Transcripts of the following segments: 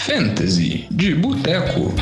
Fantasy de Boteco.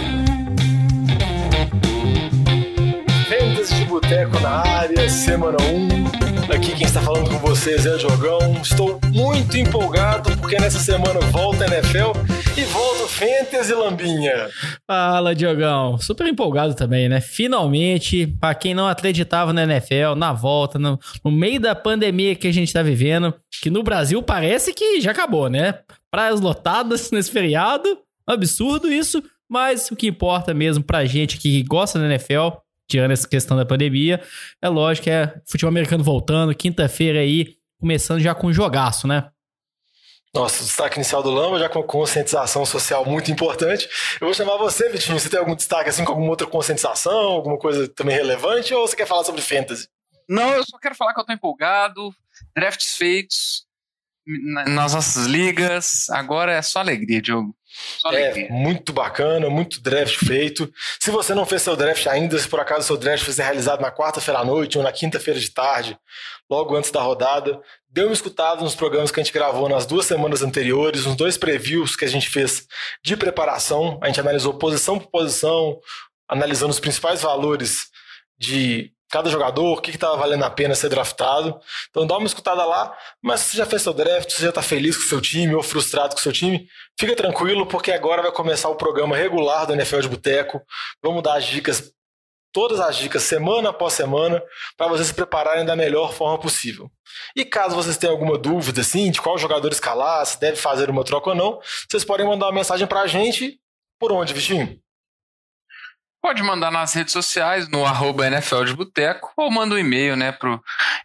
Fantasy de Boteco na área, semana 1. Aqui quem está falando com vocês é o Diogão. Estou muito empolgado porque nessa semana volta a NFL e volta o Fantasy Lambinha. Fala, Diogão. Super empolgado também, né? Finalmente, para quem não acreditava na NFL, na volta, no meio da pandemia que a gente tá vivendo, que no Brasil parece que já acabou, né? Praias lotadas nesse feriado, absurdo isso, mas o que importa mesmo pra gente que gosta da NFL, tirando essa questão da pandemia, é lógico que é futebol americano voltando, quinta-feira aí, começando já com um jogaço, né? Nossa, o destaque inicial do Lamba, já com conscientização social muito importante. Eu vou chamar você, Vitinho. Você tem algum destaque assim com alguma outra conscientização, alguma coisa também relevante, ou você quer falar sobre fantasy? Não, eu só quero falar que eu tô empolgado, drafts feitos nas nossas ligas, agora é só alegria, Diogo. Só alegria. Muito bacana, muito draft feito. Se você não fez seu draft ainda, se por acaso seu draft foi realizado na quarta-feira à noite ou na quinta-feira de tarde, logo antes da rodada, dê uma escutada nos programas que a gente gravou nas 2 semanas anteriores, nos 2 previews que a gente fez de preparação. A gente analisou posição por posição, analisando os principais valores de cada jogador, o que estava valendo a pena ser draftado. Então dá uma escutada lá, mas se você já fez seu draft, se você já está feliz com o seu time ou frustrado com o seu time, fica tranquilo, porque agora vai começar o programa regular do NFL de Boteco. Vamos dar as dicas, todas as dicas, semana após semana, para vocês se prepararem da melhor forma possível. E caso vocês tenham alguma dúvida assim, de qual jogador escalar, se deve fazer uma troca ou não, vocês podem mandar uma mensagem para a gente. Por onde, Vitinho? Pode mandar nas redes sociais, no @NFL de Boteco, ou manda um e-mail, né, pro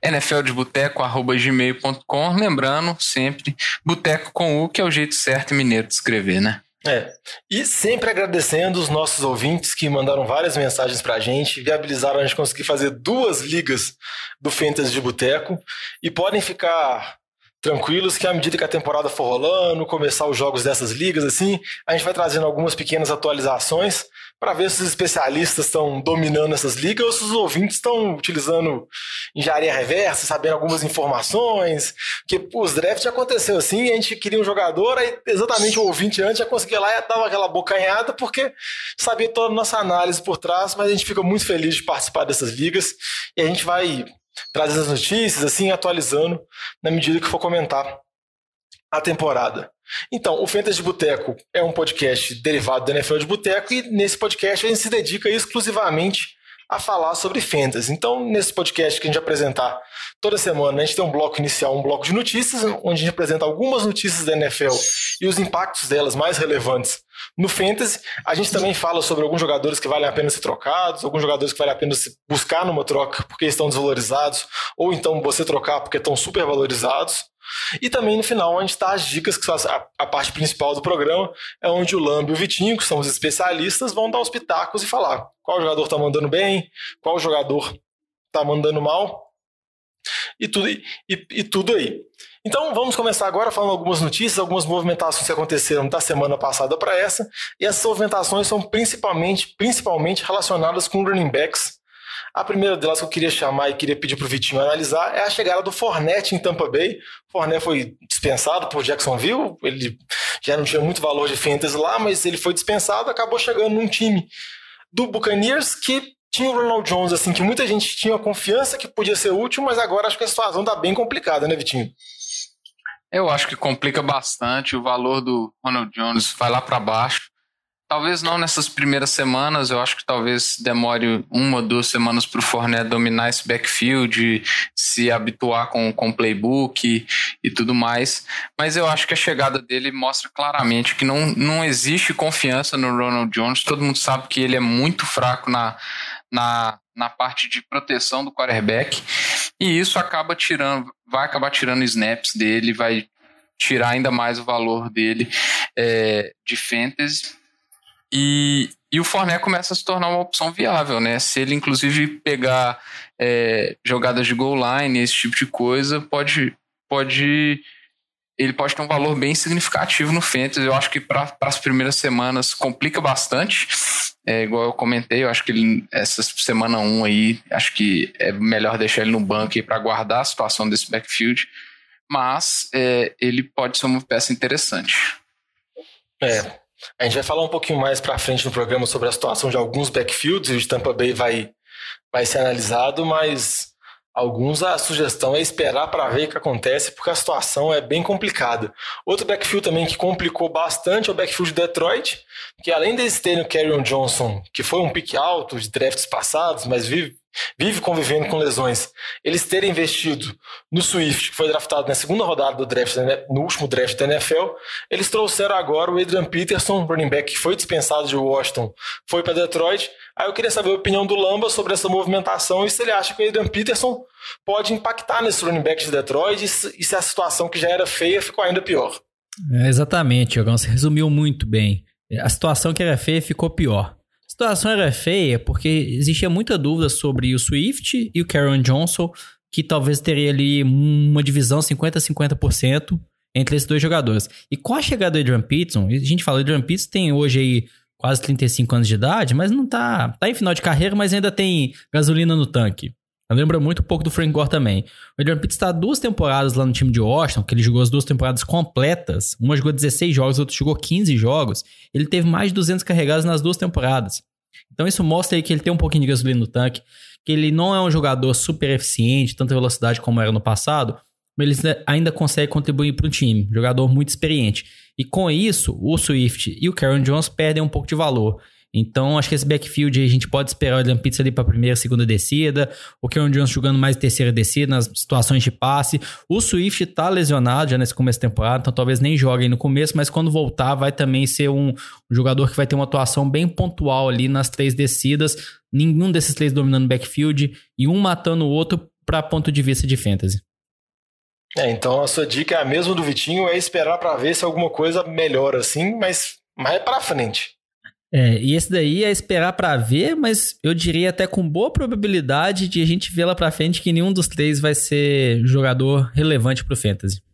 nfldeboteco@gmail.com, lembrando sempre, boteco com U, que é o jeito certo mineiro de escrever, né? E sempre agradecendo os nossos ouvintes que mandaram várias mensagens pra gente, viabilizaram a gente conseguir fazer 2 ligas do Fantasy de Boteco, e podem ficar tranquilos que à medida que a temporada for rolando, começar os jogos dessas ligas, assim, a gente vai trazendo algumas pequenas atualizações para ver se os especialistas estão dominando essas ligas ou se os ouvintes estão utilizando engenharia reversa, sabendo algumas informações, porque os drafts já aconteceu assim, a gente queria um jogador, aí exatamente o ouvinte antes já conseguia lá e dava aquela bocanhada, porque sabia toda a nossa análise por trás, mas a gente fica muito feliz de participar dessas ligas e a gente vai trazer as notícias, assim, atualizando na medida que for comentar a temporada. Então, o Fantasy de Boteco é um podcast derivado da NFL de Boteco e nesse podcast a gente se dedica exclusivamente a falar sobre Fantasy. Então, nesse podcast que a gente vai apresentar toda semana, a gente tem um bloco inicial, um bloco de notícias, onde a gente apresenta algumas notícias da NFL e os impactos delas mais relevantes no Fantasy. A gente também fala sobre alguns jogadores que valem a pena ser trocados, alguns jogadores que valem a pena se buscar numa troca porque estão desvalorizados, ou então você trocar porque estão super valorizados. E também no final a gente dá as dicas, que são a parte principal do programa, é onde o Lamb e o Vitinho, que são os especialistas, vão dar os pitacos e falar qual jogador está mandando bem, qual jogador está mandando mal, e tudo aí. Então vamos começar agora falando algumas notícias, algumas movimentações que aconteceram da semana passada para essa, e essas movimentações são principalmente relacionadas com running backs. A primeira delas que eu queria chamar e queria pedir para o Vitinho analisar é a chegada do Fournette em Tampa Bay. O Fournette foi dispensado por Jacksonville, ele já não tinha muito valor de fantasy lá, mas ele foi dispensado, acabou chegando num time do Buccaneers que tinha o Ronald Jones, assim, que muita gente tinha confiança que podia ser útil, mas agora acho que a situação está bem complicada, né, Vitinho? Eu acho que complica bastante, o valor do Ronald Jones vai lá para baixo. Talvez não nessas primeiras semanas, eu acho que talvez demore 1 ou 2 semanas para o Fournette dominar esse backfield, se habituar com o playbook e tudo mais, mas eu acho que a chegada dele mostra claramente que não existe confiança no Ronald Jones. Todo mundo sabe que ele é muito fraco na parte de proteção do quarterback, e isso vai acabar tirando snaps dele, vai tirar ainda mais o valor dele de fantasy. E o Fournette começa a se tornar uma opção viável, né? Se ele, inclusive, pegar jogadas de goal line, esse tipo de coisa, ele pode ter um valor bem significativo no Fantasy. Eu acho que para as primeiras semanas complica bastante. Igual eu comentei, eu acho que essa semana 1 aí, acho que é melhor deixar ele no banco para guardar a situação desse backfield. Mas ele pode ser uma peça interessante. A gente vai falar um pouquinho mais pra frente no programa sobre a situação de alguns backfields, e o de Tampa Bay vai ser analisado, mas a sugestão é esperar para ver o que acontece, porque a situação é bem complicada. Outro backfield também que complicou bastante é o backfield de Detroit, que além deles terem o Kerryon Johnson, que foi um pique alto de drafts passados, mas vive convivendo com lesões, eles terem investido no Swift, que foi draftado na segunda rodada do draft, no último draft da NFL, eles trouxeram agora o Adrian Peterson, running back que foi dispensado de Washington, foi para Detroit. Aí eu queria saber a opinião do Lamba sobre essa movimentação e se ele acha que o Adrian Peterson pode impactar nesse running back de Detroit e se a situação que já era feia ficou ainda pior. Exatamente, Jogão, você resumiu muito bem. A situação que era feia ficou pior. A situação era feia porque existia muita dúvida sobre o Swift e o Kerryon Johnson, que talvez teria ali uma divisão 50-50% entre esses dois jogadores. E com a chegada do Adrian Peterson, a gente fala, o Adrian Peterson tem hoje aí quase 35 anos de idade, mas não tá em final de carreira, mas ainda tem gasolina no tanque. Lembra muito um pouco do Frank Gore também. O Adrian Peterson está 2 temporadas lá no time de Washington, que ele jogou as 2 temporadas completas. Uma jogou 16 jogos, a outra jogou 15 jogos. Ele teve mais de 200 carregados nas 2 temporadas. Então isso mostra aí que ele tem um pouquinho de gasolina no tanque, que ele não é um jogador super eficiente, tanta velocidade como era no passado, mas ele ainda consegue contribuir para o time. Jogador muito experiente. E com isso, o Swift e o Kerryon Johnson perdem um pouco de valor. Então, acho que esse backfield aí a gente pode esperar o Adrian Peterson ali para a primeira, segunda descida. O Kerryon Johnson jogando mais terceira descida nas situações de passe. O Swift tá lesionado já nesse começo da temporada, então talvez nem jogue aí no começo, mas quando voltar vai também ser um jogador que vai ter uma atuação bem pontual ali nas 3 descidas. Nenhum desses 3 dominando o backfield e um matando o outro para ponto de vista de fantasy. Então a sua dica é a mesma do Vitinho, é esperar para ver se alguma coisa melhora assim, mas mais para frente. E esse daí é esperar pra ver, mas eu diria até com boa probabilidade de a gente ver lá pra frente que nenhum dos 3 vai ser jogador relevante pro Fantasy.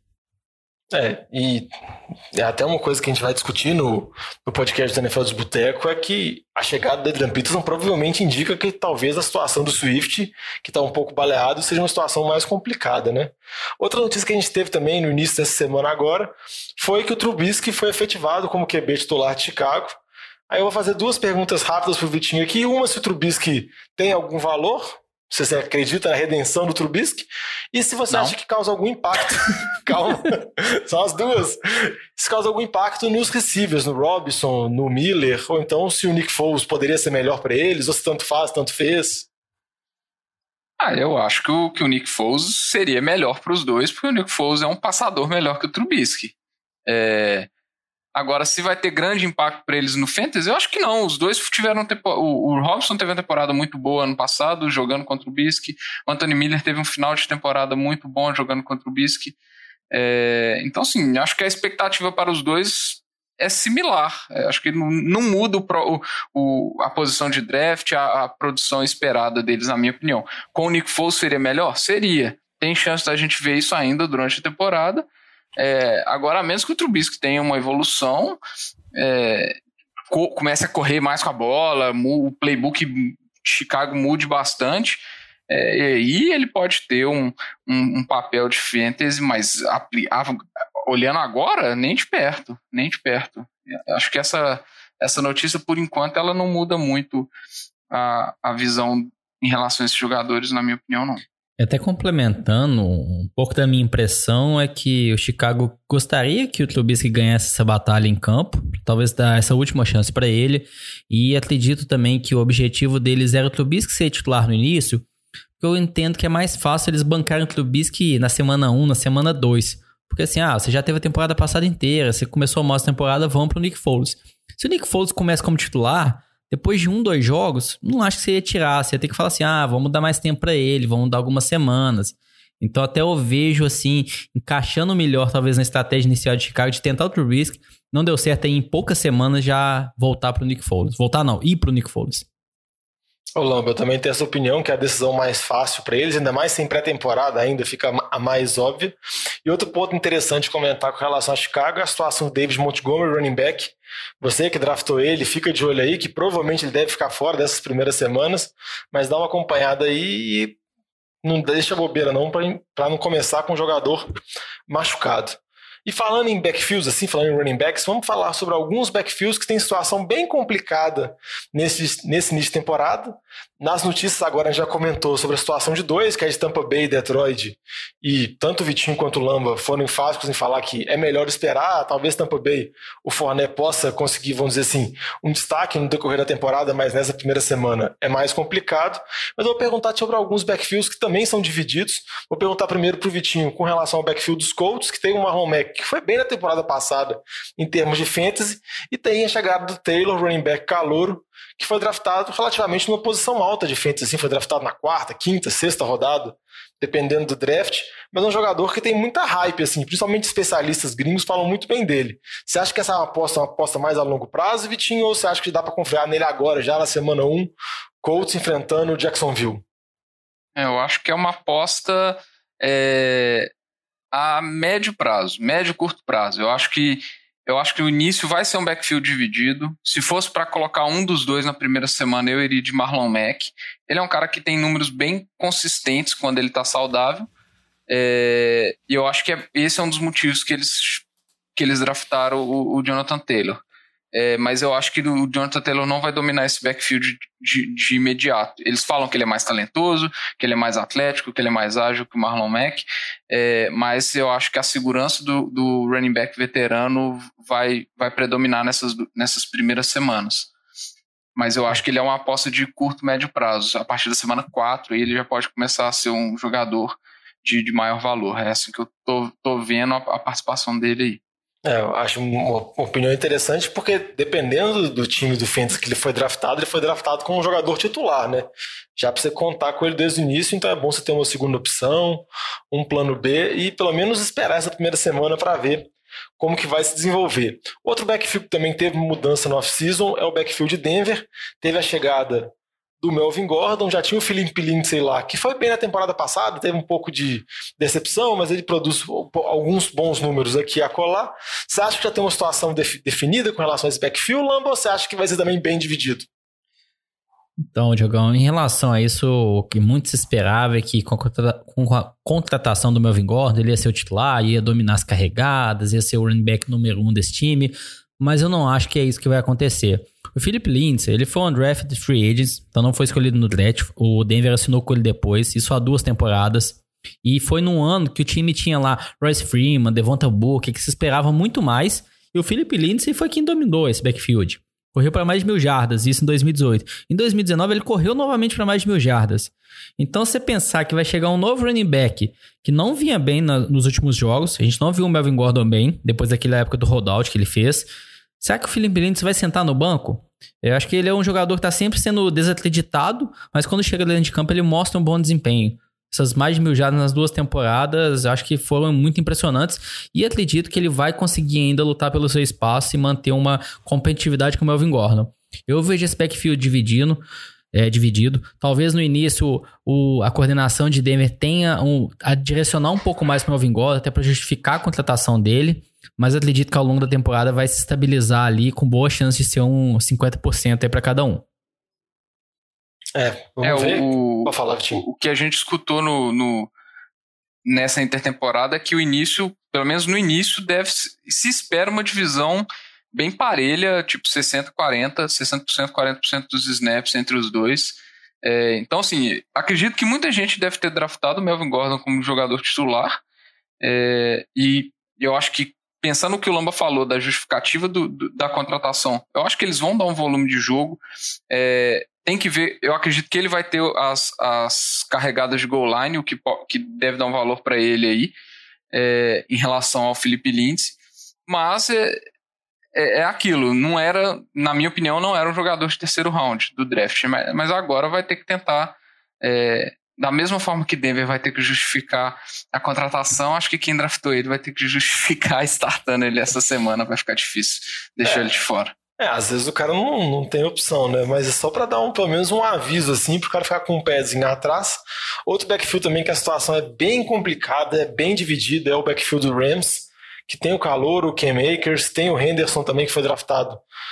E é até uma coisa que a gente vai discutir no podcast do NFL dos Boteco, é que a chegada do Adrian Peterson provavelmente indica que talvez a situação do Swift, que está um pouco baleado, seja uma situação mais complicada, né? Outra notícia que a gente teve também no início dessa semana agora foi que o Trubisky foi efetivado como QB titular de Chicago. Aí eu vou fazer 2 perguntas rápidas pro Vitinho aqui. Uma, se o Trubisky tem algum valor, se você acredita na redenção do Trubisky, e se você acha que causa algum impacto. Calma, são as 2. Se causa algum impacto nos receivers, no Robinson, no Miller, ou então se o Nick Foles poderia ser melhor para eles, ou se tanto faz, tanto fez. Eu acho que o Nick Foles seria melhor para os dois, porque o Nick Foles é um passador melhor que o Trubisky. Agora, se vai ter grande impacto para eles no Fantasy, eu acho que não. Os dois tiveram o Robson teve uma temporada muito boa ano passado, jogando contra o Trubisky. O Anthony Miller teve um final de temporada muito bom jogando contra o Trubisky. Então, sim, acho que a expectativa para os dois é similar. Acho que não muda a posição de draft, a produção esperada deles, na minha opinião. Com o Nick Foles seria melhor? Seria. Tem chance da gente ver isso ainda durante a temporada. Agora, a menos que o Trubisky tenha uma evolução, comece a correr mais com a bola, o playbook Chicago mude bastante, e aí ele pode ter um papel de fantasy, mas olhando agora, nem de perto. Acho que essa notícia, por enquanto, ela não muda muito a visão em relação a esses jogadores, na minha opinião, não. Até complementando, um pouco da minha impressão é que o Chicago gostaria que o Trubisky ganhasse essa batalha em campo, talvez dar essa última chance para ele, e acredito também que o objetivo deles era o Trubisky ser titular no início, porque eu entendo que é mais fácil eles bancarem o Trubisky na semana 1, na semana 2, porque assim, você já teve a temporada passada inteira, você começou a maior temporada, vamos pro Nick Foles. Se o Nick Foles começa como titular, depois de 1, 2 jogos, não acho que você ia tirar. Você ia ter que falar assim, vamos dar mais tempo pra ele, vamos dar algumas semanas. Então até eu vejo assim, encaixando melhor talvez na estratégia inicial de Chicago, de tentar o Trubisky. Não deu certo aí em poucas semanas já voltar pro Nick Foles. Ir pro Nick Foles. Ô Lamba, eu também tenho essa opinião que é a decisão mais fácil para eles, ainda mais sem pré-temporada ainda, fica a mais óbvia. E outro ponto interessante de comentar com relação a Chicago é a situação do David Montgomery, running back. Você que draftou ele, fica de olho aí, que provavelmente ele deve ficar fora dessas primeiras semanas, mas dá uma acompanhada aí e não deixa bobeira não, para não começar com um jogador machucado. E falando em backfields, assim, falando em running backs, vamos falar sobre alguns backfields que têm situação bem complicada nesse início de temporada. Nas notícias agora a gente já comentou sobre a situação de dois, que é de Tampa Bay e Detroit, e tanto o Vitinho quanto o Lamba foram enfáticos em falar que é melhor esperar, talvez Tampa Bay, o Fournette possa conseguir, vamos dizer assim, um destaque no decorrer da temporada, mas nessa primeira semana é mais complicado. Mas eu vou perguntar sobre alguns backfields que também são divididos. Vou perguntar primeiro para o Vitinho com relação ao backfield dos Colts, que tem o Marlon Mack, que foi bem na temporada passada em termos de fantasy, e tem a chegada do Taylor, running back calouro, que foi draftado relativamente numa posição alta de fantasy, assim, foi draftado na quarta, quinta, sexta rodada, dependendo do draft, mas é um jogador que tem muita hype, assim, principalmente especialistas gringos falam muito bem dele. Você acha que essa é uma aposta mais a longo prazo, Vitinho, ou você acha que dá para confiar nele agora, já na semana 1, Colts enfrentando o Jacksonville? Eu acho que é uma aposta a médio prazo, médio e curto prazo. Eu acho que o início vai ser um backfield dividido. Se fosse para colocar um dos dois na primeira semana, eu iria de Marlon Mack. Ele é um cara que tem números bem consistentes quando ele está saudável. E eu acho que esse é um dos motivos que eles draftaram o Jonathan Taylor. Mas eu acho que o Jonathan Taylor não vai dominar esse backfield de imediato. Eles falam que ele é mais talentoso, que ele é mais atlético, que ele é mais ágil que o Marlon Mack, mas eu acho que a segurança do running back veterano vai predominar nessas primeiras semanas. Mas eu acho que ele é uma aposta de curto, médio prazo. A partir da semana 4, ele já pode começar a ser um jogador de maior valor. É assim que eu tô vendo a participação dele aí. Eu acho uma opinião interessante, porque dependendo do time do Fantasy que ele foi draftado como um jogador titular, né? Já para você contar com ele desde o início, então é bom você ter uma segunda opção, um plano B e pelo menos esperar essa primeira semana para ver como que vai se desenvolver. Outro backfield que também teve mudança no off-season é o backfield de Denver. Teve a chegada do Melvin Gordon, já tinha o Philip Lindsay lá, que foi bem na temporada passada, teve um pouco de decepção, mas ele produz alguns bons números aqui e acolá. Você acha que já tem uma situação definida com relação a esse backfield, Lamba, ou você acha que vai ser também bem dividido? Então, Diogão, em relação a isso, o que muito se esperava é que com a contratação do Melvin Gordon, ele ia ser o titular, ia dominar as carregadas, ia ser o running back número 1 desse time, mas eu não acho que é isso que vai acontecer. O Philip Lindsay, ele foi um undrafted free agent, então não foi escolhido no draft. O Denver assinou com ele depois, isso há 2 temporadas. E foi num ano que o time tinha lá Royce Freeman, Devonta Booker, que se esperava muito mais. E o Philip Lindsay foi quem dominou esse backfield. Correu para mais de 1.000 jardas, isso em 2018. Em 2019 ele correu novamente para mais de 1.000 jardas. Então se você pensar que vai chegar um novo running back que não vinha bem nos últimos jogos, a gente não viu o Melvin Gordon bem, depois daquela época do holdout que ele fez. Será que o Philip Lindsay vai sentar no banco? Eu acho que ele é um jogador que está sempre sendo desacreditado, mas quando chega dentro de campo ele mostra um bom desempenho. Essas mais de 1.000 jardas nas 2 temporadas, acho que foram muito impressionantes e acredito que ele vai conseguir ainda lutar pelo seu espaço e manter uma competitividade com o Melvin Gordon. Eu vejo esse backfield dividido. Talvez no início a coordenação de Denver tenha a direcionar um pouco mais para o Melvin Gordon, até para justificar a contratação dele, mas acredito que ao longo da temporada vai se estabilizar ali com boa chance de ser um 50% aí para cada um. Vamos ver. Pode falar, Vitinho. O que a gente escutou nessa intertemporada é que o início, pelo menos no início, se espera uma divisão bem parelha, tipo 60%, 40% dos snaps entre os dois. Então, assim, acredito que muita gente deve ter draftado o Melvin Gordon como jogador titular. E eu acho que, pensando no que o Lamba falou da justificativa da contratação, eu acho que eles vão dar um volume de jogo. Tem que ver, eu acredito que ele vai ter as carregadas de goal line, o que deve dar um valor para ele aí, em relação ao Philip Lindsay. Mas é aquilo, não era, na minha opinião, não era um jogador de terceiro round do draft, mas agora vai ter que tentar, da mesma forma que Denver vai ter que justificar a contratação, acho que quem draftou ele vai ter que justificar startando ele essa semana, vai ficar difícil deixar ele de fora. Às vezes o cara não tem opção, né? Mas é só pra dar pelo menos um aviso, assim, pro cara ficar com um pezinho atrás. Outro backfield também que a situação é bem complicada, é bem dividida, é o backfield do Rams, que tem o Calouro, o Cam Akers, tem o Henderson também, que foi draftado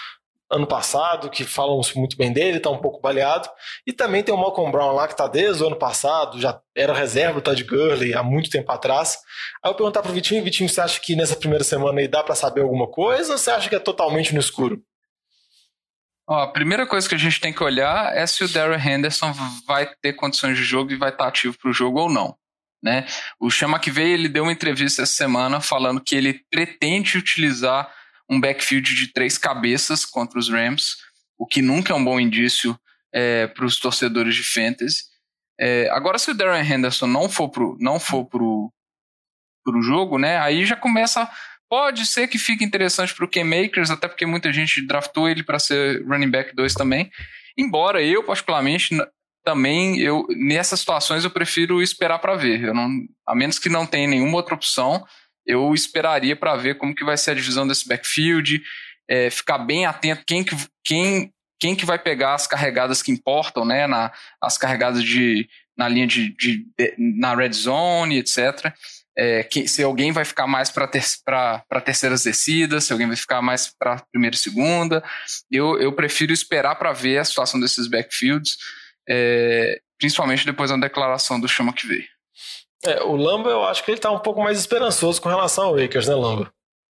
ano passado, que falam muito bem dele, tá um pouco baleado. E também tem o Malcolm Brown lá, que tá desde o ano passado, já era reserva do Todd Gurley há muito tempo atrás. Aí eu perguntar pro Vitinho, você acha que nessa primeira semana aí dá para saber alguma coisa, ou você acha que é totalmente no escuro? Ó, a primeira coisa que a gente tem que olhar é se o Darrell Henderson vai ter condições de jogo e vai estar ativo para o jogo ou não, né? O Sean McVay, ele deu uma entrevista essa semana falando que ele pretende utilizar um backfield de 3 cabeças contra os Rams, o que nunca é um bom indício para os torcedores de fantasy. Agora, se o Darrell Henderson não for pro jogo, né? Aí já começa. Pode ser que fique interessante para o Cam Akers, até porque muita gente draftou ele para ser running back 2 também. Embora eu, particularmente, também, nessas situações eu prefiro esperar para ver. A menos que não tenha nenhuma outra opção, eu esperaria para ver como que vai ser a divisão desse backfield, ficar bem atento quem que vai pegar as carregadas que importam, né? As carregadas na linha na red zone, etc. Se alguém vai ficar mais para terceiras descidas, se alguém vai ficar mais para primeira e segunda. Eu prefiro esperar para ver a situação desses backfields, principalmente depois da declaração do Sean McVay. O Lamba, eu acho que ele está um pouco mais esperançoso com relação ao Akers, né, Lamba?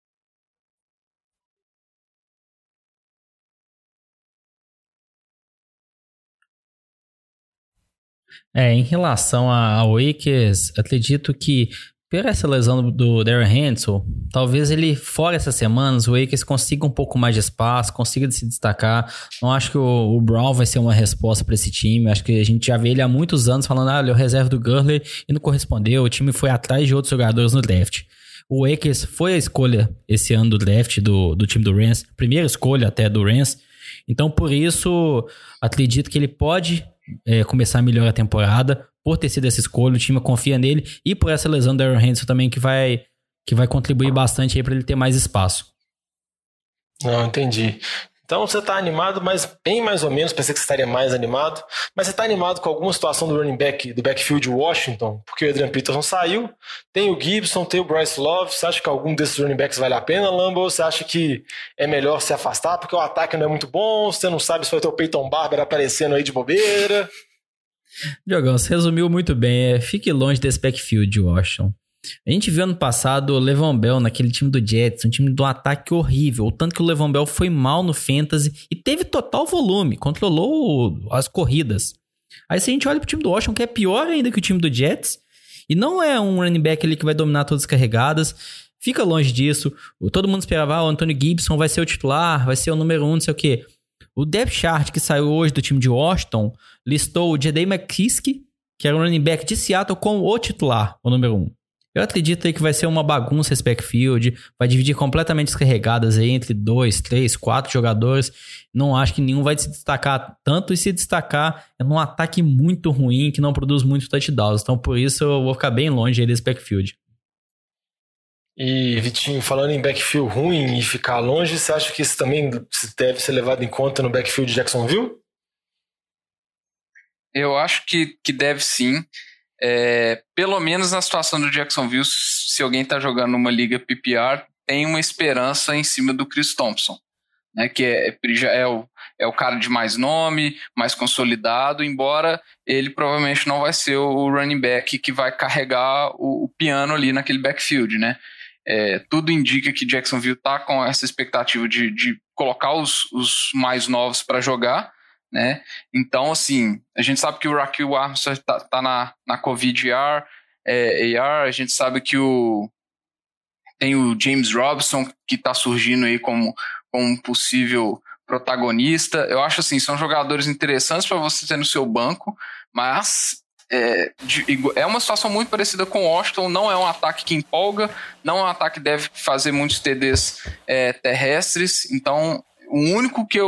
Em relação ao Akers, acredito que por essa lesão do Darrell Henderson, talvez ele, fora essas semanas, o Akers consiga um pouco mais de espaço, consiga se destacar. Não acho que o Brown vai ser uma resposta para esse time. Acho que a gente já vê ele há muitos anos falando, ele é o reserva do Gurley, e não correspondeu. O time foi atrás de outros jogadores no draft. O Akers foi a escolha esse ano do draft do time do Rams, primeira escolha até do Rams. Então, por isso, acredito que ele pode começar melhor a temporada, por ter sido essa escolha, o time confia nele, e por essa lesão do Darrell Henderson também, que vai contribuir bastante aí para ele ter mais espaço. Não, entendi. Então você está animado, mas bem mais ou menos, pensei que você estaria mais animado, mas você está animado com alguma situação do running back, do backfield Washington, porque o Adrian Peterson saiu, tem o Gibson, tem o Bryce Love, você acha que algum desses running backs vale a pena, Lamba, ou você acha que é melhor se afastar, porque o ataque não é muito bom, você não sabe se vai ter o Peyton Barber aparecendo aí de bobeira? Diogão, você resumiu muito bem. Fique longe desse backfield, Washington. A gente viu ano passado o Le'Veon Bell naquele time do Jets, um time de um ataque horrível. O tanto que o Le'Veon Bell foi mal no fantasy e teve total volume, controlou as corridas. Aí se a gente olha pro time do Washington, que é pior ainda que o time do Jets, e não é um running back ali que vai dominar todas as carregadas, fica longe disso. Todo mundo esperava, o Antonio Gibson vai ser o titular, vai ser o número 1, não sei o quê. O depth chart que saiu hoje do time de Washington listou o J.D. McKissick, que era um running back de Seattle, como o titular, o número 1. Eu acredito aí que vai ser uma bagunça esse backfield, vai dividir completamente as carregadas aí entre 2, 3, 4 jogadores. Não acho que nenhum vai se destacar tanto, e se destacar é num ataque muito ruim, que não produz muito touchdowns. Então por isso eu vou ficar bem longe aí desse backfield. E, Vitinho, falando em backfield ruim e ficar longe, você acha que isso também deve ser levado em conta no backfield de Jacksonville? Eu acho que deve sim. Pelo menos na situação do Jacksonville, se alguém está jogando numa liga PPR, tem uma esperança em cima do Chris Thompson, né, que é o cara de mais nome, mais consolidado, embora ele provavelmente não vai ser o running back que vai carregar o piano ali naquele backfield, né? Tudo indica que Jacksonville está com essa expectativa de colocar os mais novos para jogar, né? Então, assim, a gente sabe que o Raquel Armstrong tá na Covid AR, a gente sabe que tem o James Robinson, que está surgindo aí como um possível protagonista. Eu acho assim, são jogadores interessantes para você ter no seu banco, mas é uma situação muito parecida com o Washington. Não é um ataque que empolga, não é um ataque que deve fazer muitos TDs terrestres. Então, o único que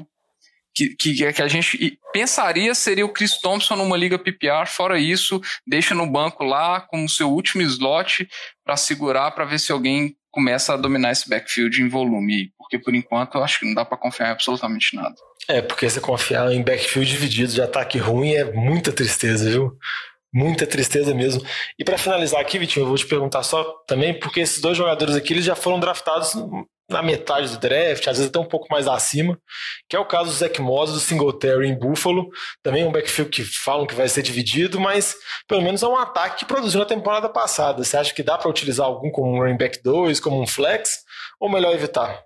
a gente pensaria seria o Chris Thompson numa liga PPR. Fora isso, deixa no banco lá como seu último slot para segurar, para ver se alguém começa a dominar esse backfield em volume, porque por enquanto eu acho que não dá para confiar em absolutamente nada. Porque você confiar em backfield dividido de ataque ruim é muita tristeza, viu? Muita tristeza mesmo. E para finalizar aqui, Vitinho, eu vou te perguntar só também, porque esses dois jogadores aqui, eles já foram draftados na metade do draft, às vezes até um pouco mais acima, que é o caso do Zach Moss, do Singletary em Buffalo, também um backfield que falam que vai ser dividido, mas pelo menos é um ataque que produziu na temporada passada. Você acha que dá para utilizar algum como um running back 2, como um flex, ou melhor evitar?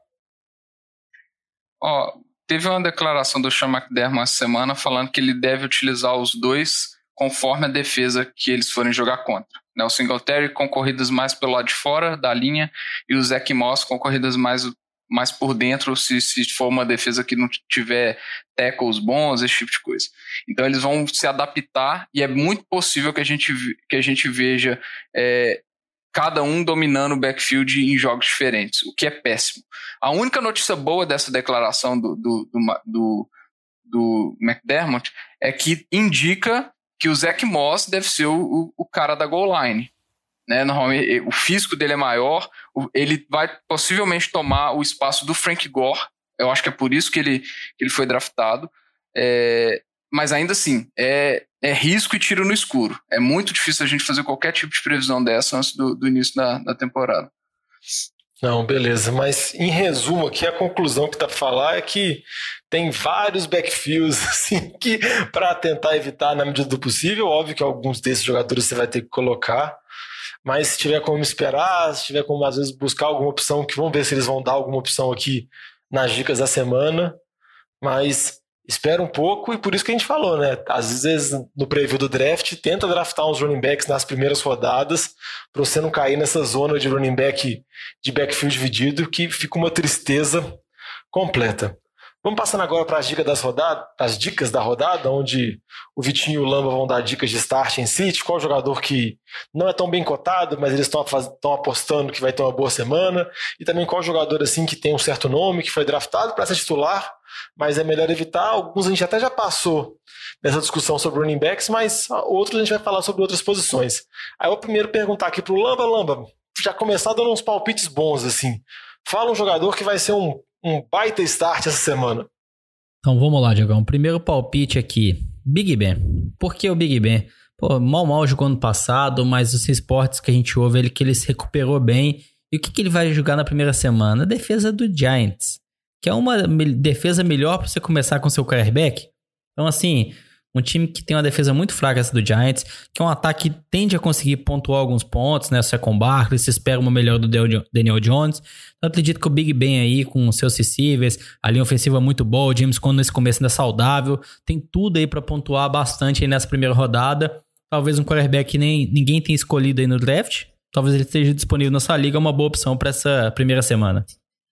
Teve uma declaração do Sean McDermott essa semana falando que ele deve utilizar os dois conforme a defesa que eles forem jogar contra. O Singletary com corridas mais pelo lado de fora da linha e o Zach Moss com corridas mais por dentro, se for uma defesa que não tiver tackles bons, esse tipo de coisa. Então eles vão se adaptar e é muito possível que a gente veja cada um dominando o backfield em jogos diferentes, o que é péssimo. A única notícia boa dessa declaração do McDermott é que indica que o Zach Moss deve ser o cara da goal line. Né? Normalmente, o físico dele é maior, ele vai possivelmente tomar o espaço do Frank Gore, eu acho que é por isso que ele foi draftado, mas ainda assim, é risco e tiro no escuro. É muito difícil a gente fazer qualquer tipo de previsão dessa antes do início da temporada. Não, beleza, mas em resumo aqui a conclusão que dá para falar é que tem vários backfields assim, que para tentar evitar na medida do possível, óbvio que alguns desses jogadores você vai ter que colocar, mas se tiver como esperar, se tiver como às vezes buscar alguma opção, que vamos ver se eles vão dar alguma opção aqui nas dicas da semana, mas espera um pouco e por isso que a gente falou, né? Às vezes no preview do draft, tenta draftar uns running backs nas primeiras rodadas para você não cair nessa zona de running back de backfield dividido que fica uma tristeza completa. Vamos passando agora para as dicas da rodada, onde o Vitinho e o Lamba vão dar dicas de start em City, qual jogador que não é tão bem cotado, mas eles estão apostando que vai ter uma boa semana, e também qual jogador assim que tem um certo nome, que foi draftado para ser titular, mas é melhor evitar. Alguns a gente até já passou nessa discussão sobre running backs, mas outros a gente vai falar sobre outras posições. Aí eu vou primeiro perguntar aqui para o Lamba, já começar dando uns palpites bons assim. Fala um jogador que vai ser um baita start essa semana. Então vamos lá, Diogão. Primeiro palpite aqui, Big Ben. Por que o Big Ben? Mal jogou ano passado, mas os esportes que a gente ouve que ele se recuperou bem. E o que ele vai jogar na primeira semana? A defesa do Giants, que é uma defesa melhor para você começar com seu quarterback. Então assim, um time que tem uma defesa muito fraca essa do Giants, que é um ataque que tende a conseguir pontuar alguns pontos, né? Você com Barkley, se espera uma melhor do Daniel Jones. Então, acredito que o Big Ben aí, com seus receivers, a linha ofensiva muito boa, o James Conner nesse começo ainda saudável, tem tudo aí para pontuar bastante aí nessa primeira rodada. Talvez um quarterback que ninguém tenha escolhido aí no draft, talvez ele esteja disponível na sua liga, é uma boa opção para essa primeira semana.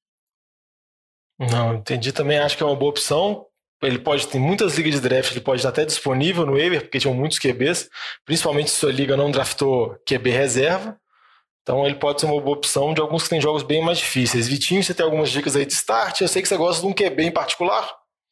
Não, entendi também, acho que é uma boa opção. Ele pode ter muitas ligas de draft, ele pode estar até disponível no waiver, porque tinham muitos QBs, principalmente se sua liga não draftou QB reserva. Então ele pode ser uma boa opção de alguns que têm jogos bem mais difíceis. Vitinho, você tem algumas dicas aí de start? Eu sei que você gosta de um QB em particular.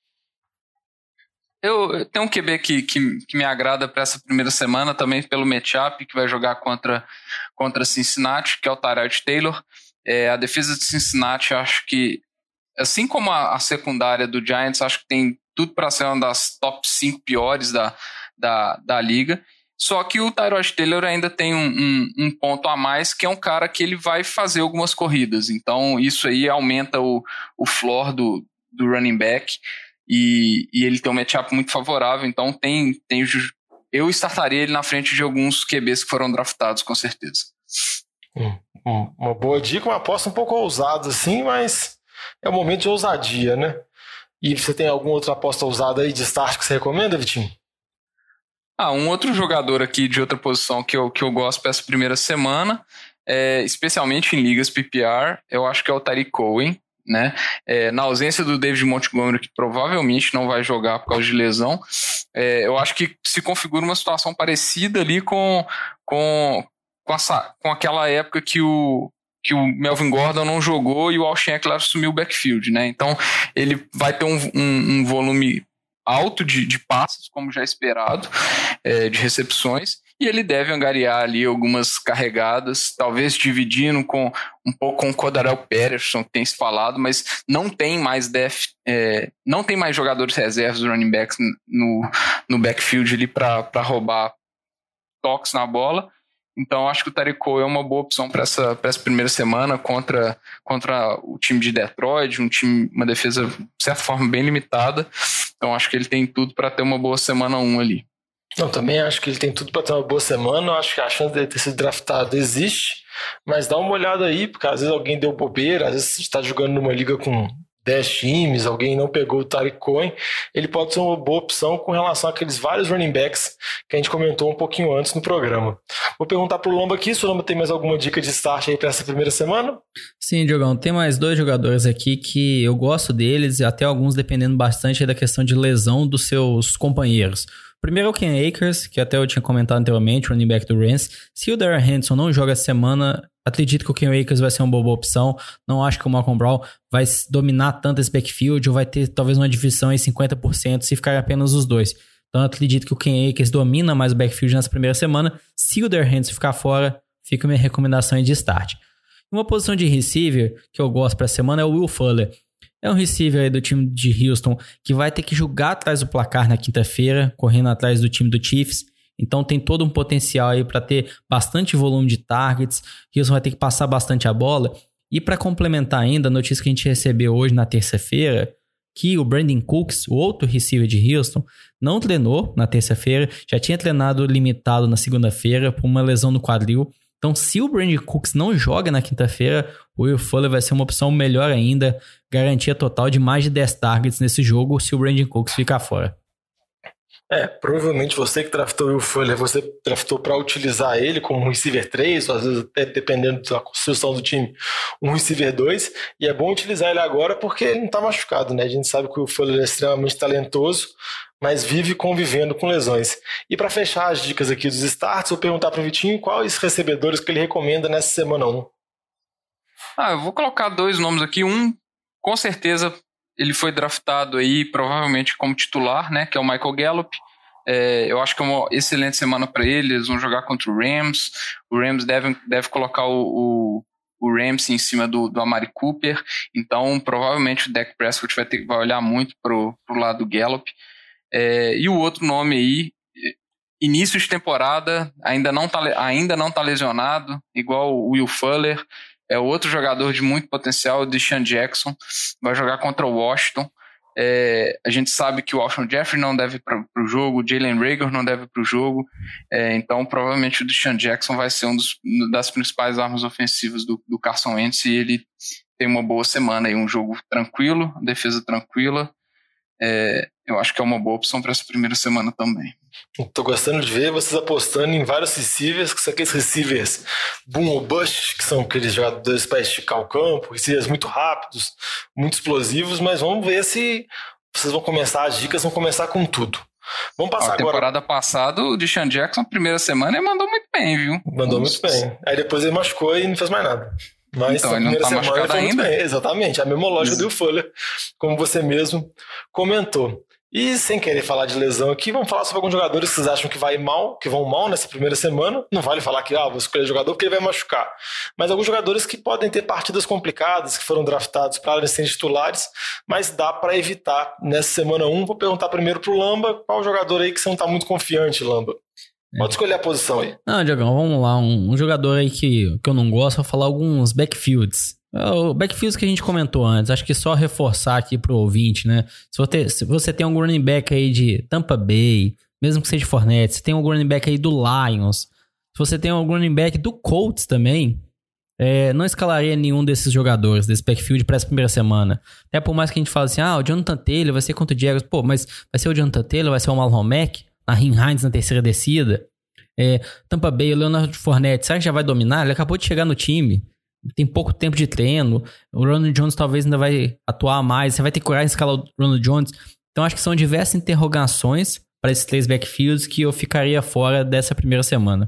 Eu tenho um QB que me agrada para essa primeira semana, também pelo matchup, que vai jogar contra Cincinnati, que é o Tyrod Taylor. A defesa de Cincinnati, acho que, assim como a secundária do Giants, acho que tem tudo para ser uma das top 5 piores da liga. Só que o Tyrod Taylor ainda tem um ponto a mais, que é um cara que ele vai fazer algumas corridas. Então isso aí aumenta o floor do running back e ele tem um matchup muito favorável. Então eu startaria ele na frente de alguns QBs que foram draftados, com certeza. Uma boa dica, uma aposta um pouco ousada assim, mas é um momento de ousadia, né? E você tem alguma outra aposta ousada aí de start que você recomenda, Vitinho? Um outro jogador aqui de outra posição que eu gosto para essa primeira semana, especialmente em ligas PPR, eu acho que é o Tariq Cohen, né? Na ausência do David Montgomery, que provavelmente não vai jogar por causa de lesão, eu acho que se configura uma situação parecida ali com aquela época que o Melvin Gordon não jogou e o Alshon Ekeler assumiu o backfield, né? Então ele vai ter um volume alto de passes, como já esperado, de recepções, e ele deve angariar ali algumas carregadas, talvez dividindo um pouco com o Cordarrelle Patterson, que tem se falado, mas não tem mais jogadores reservas do running backs no backfield ali para roubar toques na bola. Então, acho que o Tariq Cohen é uma boa opção para essa primeira semana contra o time de Detroit, uma defesa, de certa forma, bem limitada. Então, acho que ele tem tudo para ter uma boa semana 1 ali. Não, também acho que ele tem tudo para ter uma boa semana. Eu acho que a chance dele ter sido draftado existe, mas dá uma olhada aí, porque às vezes alguém deu bobeira, às vezes você está jogando numa liga com 10 times, alguém não pegou o Tariq Cohen, ele pode ser uma boa opção com relação àqueles vários running backs que a gente comentou um pouquinho antes no programa. Vou perguntar pro Lamba aqui, se o Lamba tem mais alguma dica de start aí para essa primeira semana? Sim, Diogão, tem mais 2 jogadores aqui que eu gosto deles, e até alguns dependendo bastante da questão de lesão dos seus companheiros. Primeiro é o Cam Akers, que até eu tinha comentado anteriormente, running back do Rams. Se o Darrell Henderson não joga essa semana, acredito que o Cam Akers vai ser uma boa opção. Não acho que o Malcolm Brown vai dominar tanto esse backfield, ou vai ter talvez uma divisão em 50% se ficar apenas os dois. Então eu acredito que o Cam Akers domina mais o backfield nessa primeira semana. Se o Darrell Henderson ficar fora, fica a minha recomendação aí de start. Uma posição de receiver que eu gosto para a semana é o Will Fuller. É um receiver aí do time de Houston que vai ter que jogar atrás do placar na quinta-feira, correndo atrás do time do Chiefs. Então tem todo um potencial aí para ter bastante volume de targets. Houston vai ter que passar bastante a bola. E para complementar ainda, a notícia que a gente recebeu hoje na terça-feira, que o Brandon Cooks, o outro receiver de Houston, não treinou na terça-feira, já tinha treinado limitado na segunda-feira por uma lesão no quadril. Então, se o Brandon Cooks não joga na quinta-feira, o Will Fuller vai ser uma opção melhor ainda, garantia total de mais de 10 targets nesse jogo se o Brandon Cooks ficar fora. Provavelmente você que draftou o Will Fuller, você draftou para utilizar ele como um receiver 3, ou às vezes até dependendo da construção do time, um receiver 2, e é bom utilizar ele agora porque ele não está machucado, né? A gente sabe que o Fuller é extremamente talentoso, mas vive convivendo com lesões. E para fechar as dicas aqui dos starts, vou perguntar para o Vitinho quais recebedores que ele recomenda nessa semana 1. Eu vou colocar 2 nomes aqui. Um, com certeza, ele foi draftado aí, provavelmente como titular, né? Que é o Michael Gallup. Eu acho que é uma excelente semana para ele. Eles vão jogar contra o Rams. O Rams deve colocar o Ramsey em cima do Amari Cooper. Então, provavelmente o Dak Prescott vai olhar muito pro lado do Gallup. E o outro nome aí, início de temporada, ainda não tá lesionado, igual o Will Fuller. É outro jogador de muito potencial, o Deshaun Jackson, vai jogar contra o Washington. A gente sabe que o Alshon Jeffrey não deve para o jogo, o Jalen Reagor não deve para o jogo, então provavelmente o Deshaun Jackson vai ser das principais armas ofensivas do Carson Wentz, e ele tem uma boa semana aí, um jogo tranquilo, defesa tranquila. Eu acho que é uma boa opção para essa primeira semana também. Tô gostando de ver vocês apostando em vários receivers, que são aqueles receivers boom ou bust, que são aqueles jogadores para esticar o campo, receivers muito rápidos, muito explosivos, mas vamos ver se vocês vão começar, as dicas vão começar com tudo. Vamos passar agora. Temporada passada, o Deshaun Jackson, primeira semana, ele mandou muito bem, viu? Mandou muito bem. Aí depois ele machucou e não fez mais nada. Mas então, ele não tá machucado ainda? Exatamente, a mesma lógica do Will Fuller, como você mesmo comentou. E sem querer falar de lesão aqui, vamos falar sobre alguns jogadores que vocês acham que vão mal nessa primeira semana. Não vale falar que vou escolher jogador porque ele vai machucar. Mas alguns jogadores que podem ter partidas complicadas, que foram draftados para serem titulares, mas dá para evitar nessa semana 1. Vou perguntar primeiro pro Lamba, qual jogador aí que você não está muito confiante, Lamba? Pode escolher a posição aí. Não, Diogão, vamos lá. Um jogador aí que eu não gosto, vou falar alguns backfields. O backfield que a gente comentou antes, acho que só reforçar aqui pro ouvinte, né? Se você tem um running back aí de Tampa Bay, mesmo que seja Fournette, se tem um running back aí do Lions, se você tem um running back do Colts também, não escalaria nenhum desses jogadores, desse backfield para essa primeira semana. Até por mais que a gente fale assim, o Jonathan Taylor vai ser contra o Jaguars, mas vai ser o Jonathan Taylor, vai ser o Marlon Mack, a Raheem Hines na terceira descida. Tampa Bay, o Leonard Fournette, será que já vai dominar? Ele acabou de chegar no time. Tem pouco tempo de treino. O Ronald Jones talvez ainda vai atuar mais. Você vai ter que correr em escalar o Ronald Jones. Então acho que são diversas interrogações para esses 3 backfields que eu ficaria fora dessa primeira semana.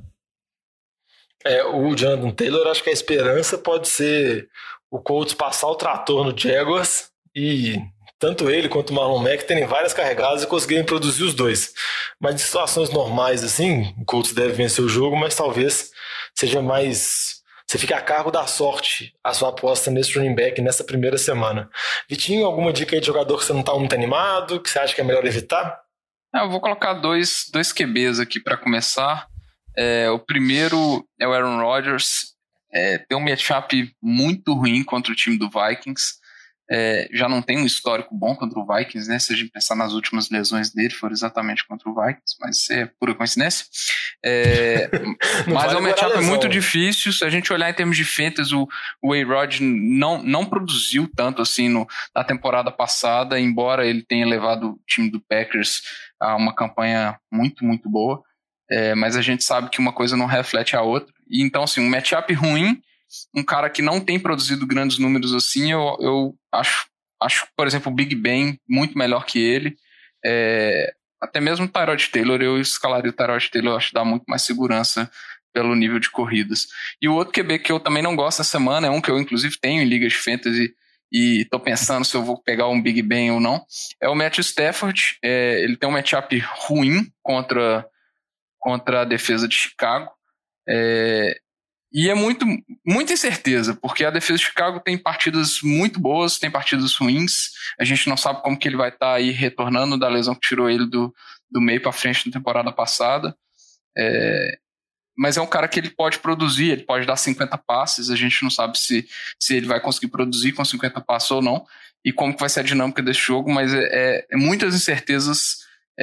O Jonathan Taylor, acho que a esperança pode ser o Colts passar o trator no Jaguars e tanto ele quanto o Marlon Mack terem várias carregadas e conseguirem produzir os dois. Mas em situações normais assim, o Colts deve vencer o jogo, mas talvez seja mais... Você fica a cargo da sorte a sua aposta nesse running back nessa primeira semana. Vitinho, alguma dica aí de jogador que você não está muito animado, que você acha que é melhor evitar? Eu vou colocar dois QBs aqui para começar. O primeiro é o Aaron Rodgers. Tem um matchup muito ruim contra o time do Vikings. Já não tem um histórico bom contra o Vikings, né? Se a gente pensar nas últimas lesões dele, foram exatamente contra o Vikings, mas isso é pura coincidência. Mas é um matchup muito difícil. Se a gente olhar em termos de fantasy, o A-Rod não produziu tanto assim na temporada passada, embora ele tenha levado o time do Packers a uma campanha muito, muito boa. Mas a gente sabe que uma coisa não reflete a outra. E então, assim, um matchup ruim, um cara que não tem produzido grandes números assim, eu acho, por exemplo, o Big Ben muito melhor que ele. Até mesmo o Tyrod Taylor, eu escalaria o Tyrod Taylor, eu acho que dá muito mais segurança pelo nível de corridas. E o outro QB que eu também não gosto essa semana, é um que eu inclusive tenho em ligas de fantasy e tô pensando se eu vou pegar um Big Ben ou não, é o Matthew Stafford. Ele tem um matchup ruim contra a defesa de Chicago. E é muita incerteza, porque a defesa de Chicago tem partidas muito boas, tem partidas ruins. A gente não sabe como que ele vai estar aí retornando da lesão que tirou ele do meio para frente na temporada passada. Mas é um cara que ele pode produzir, ele pode dar 50 passes. A gente não sabe se ele vai conseguir produzir com 50 passes ou não, e como que vai ser a dinâmica desse jogo, mas muitas incertezas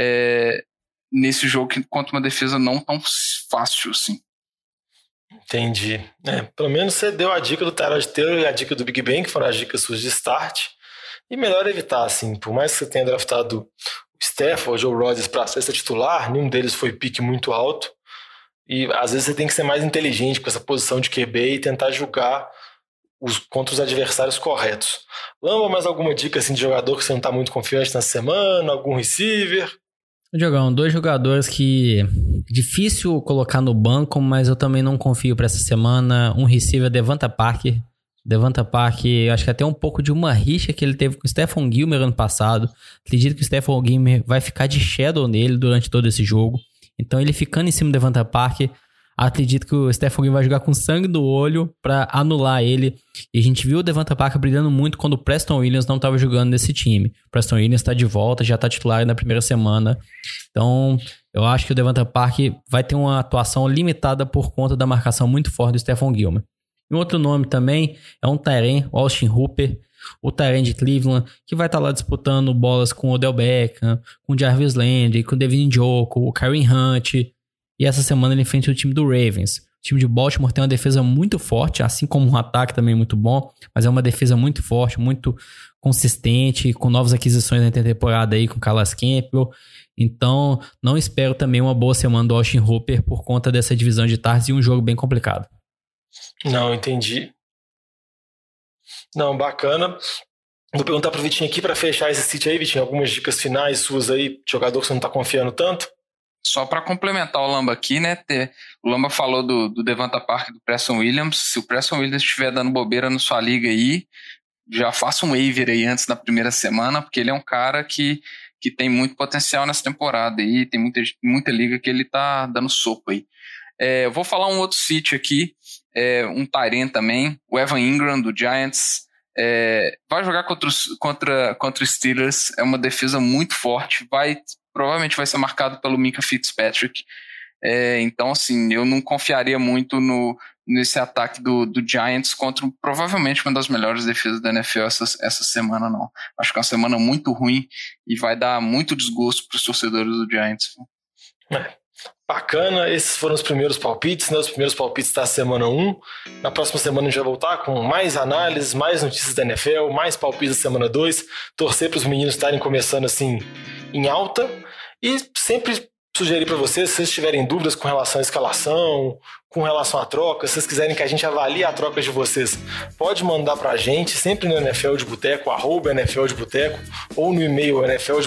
nesse jogo contra uma defesa não tão fácil assim. Entendi. Pelo menos você deu a dica do Tyrod Taylor e a dica do Big Ben, que foram as dicas suas de start. E melhor evitar, assim, por mais que você tenha draftado o Stafford ou o Rodgers para ser titular, nenhum deles foi pique muito alto. E às vezes você tem que ser mais inteligente com essa posição de QB e tentar julgar contra os adversários corretos. Lamba, mais alguma dica assim, de jogador que você não está muito confiante nessa semana? Algum receiver? Diogão, 2 jogadores que difícil colocar no banco, mas eu também não confio para essa semana. Um receiver, Devonta Parker. Devonta Parker, acho que até um pouco de uma rixa que ele teve com o Stephon Gilmore ano passado. Acredito que o Stephon Gilmore vai ficar de shadow nele durante todo esse jogo. Então ele ficando em cima do Devonta Parker, acredito que o Stephon Gilmore vai jogar com sangue no olho para anular ele. E a gente viu o Devonta Parker brilhando muito quando o Preston Williams não estava jogando nesse time. O Preston Williams está de volta, já está titular na primeira semana. Então eu acho que o Devonta Parker vai ter uma atuação limitada por conta da marcação muito forte do Stephon Gilmore. E um outro nome também é um Tyren, o Austin Hooper, o Tyren de Cleveland, que vai estar lá disputando bolas com o Odell Beckham, com o Jarvis Landry, com o Devin Njoku, o Kareem Hunt. E essa semana ele enfrenta o time do Ravens. O time de Baltimore tem uma defesa muito forte, assim como um ataque também muito bom, mas é uma defesa muito forte, muito consistente, com novas aquisições na intertemporada aí, com Calais Campbell. Então, não espero também uma boa semana do Austin Hooper por conta dessa divisão de tardes e um jogo bem complicado. Não, entendi. Não, bacana. Vou perguntar pro Vitinho aqui para fechar esse sítio aí, Vitinho, algumas dicas finais suas aí, de jogador que você não tá confiando tanto. Só para complementar o Lamba aqui, né? O Lamba falou do Devonta Parker e do Preston Williams. Se o Preston Williams estiver dando bobeira na sua liga aí, já faça um waiver aí antes da primeira semana, porque ele é um cara que tem muito potencial nessa temporada aí, tem muita liga que ele tá dando sopa aí. Eu vou falar um outro sítio aqui, um Tyren também, o Evan Ingram do Giants. Vai jogar contra os Steelers, é uma defesa muito forte, provavelmente vai ser marcado pelo Minka Fitzpatrick. Então, assim, eu não confiaria muito nesse ataque do Giants contra provavelmente uma das melhores defesas da NFL essa semana, não. Acho que é uma semana muito ruim e vai dar muito desgosto para os torcedores do Giants. Bacana, esses foram os primeiros palpites, né? Os primeiros palpites da semana 1. Na próxima semana a gente vai voltar com mais análises, mais notícias da NFL, mais palpites da semana 2. Torcer para os meninos estarem começando assim em alta. E sempre sugerir para vocês, se vocês tiverem dúvidas com relação à escalação, com relação à troca, se vocês quiserem que a gente avalie a troca de vocês, pode mandar pra gente, sempre no NFL de Boteco, @NFL de Boteco, ou no e-mail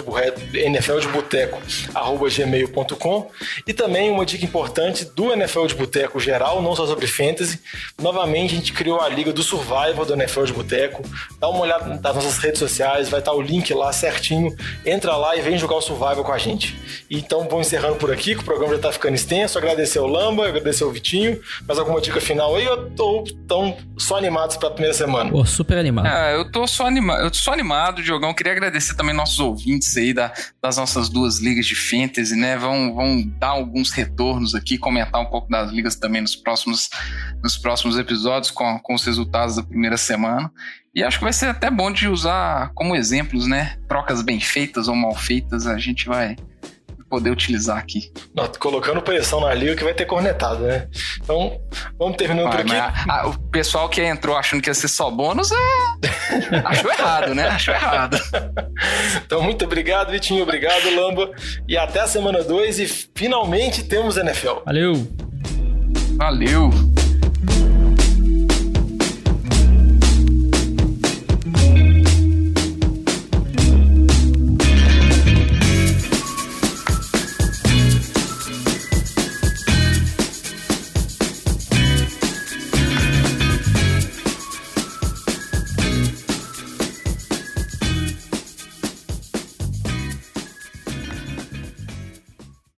nfldeboteco@gmail.com. E também uma dica importante do NFL de Boteco geral, não só sobre fantasy, novamente a gente criou a liga do Survival do NFL de Boteco. Dá uma olhada nas nossas redes sociais, vai estar o link lá certinho, entra lá e vem jogar o Survival com a gente. Então vão encerrando por aqui, que o programa já tá ficando extenso. Agradecer ao Lamba, agradecer ao Vitinho. Mais alguma dica final aí ou estão só animados pra primeira semana? Pô, super animado. Eu tô só animado, Diogão. Queria agradecer também nossos ouvintes aí das nossas duas ligas de fantasy, né? Vão dar alguns retornos aqui, comentar um pouco das ligas também nos próximos episódios com os resultados da primeira semana. E acho que vai ser até bom de usar como exemplos, né? Trocas bem feitas ou mal feitas, a gente vai poder utilizar aqui. Não, colocando pressão na liga que vai ter cornetada, né? Então, vamos terminando por aqui. O pessoal que entrou achando que ia ser só bônus achou errado, né? Achou errado. Então, muito obrigado, Vitinho. Obrigado, Lamba. E até a semana 2 e finalmente temos NFL. Valeu! Valeu!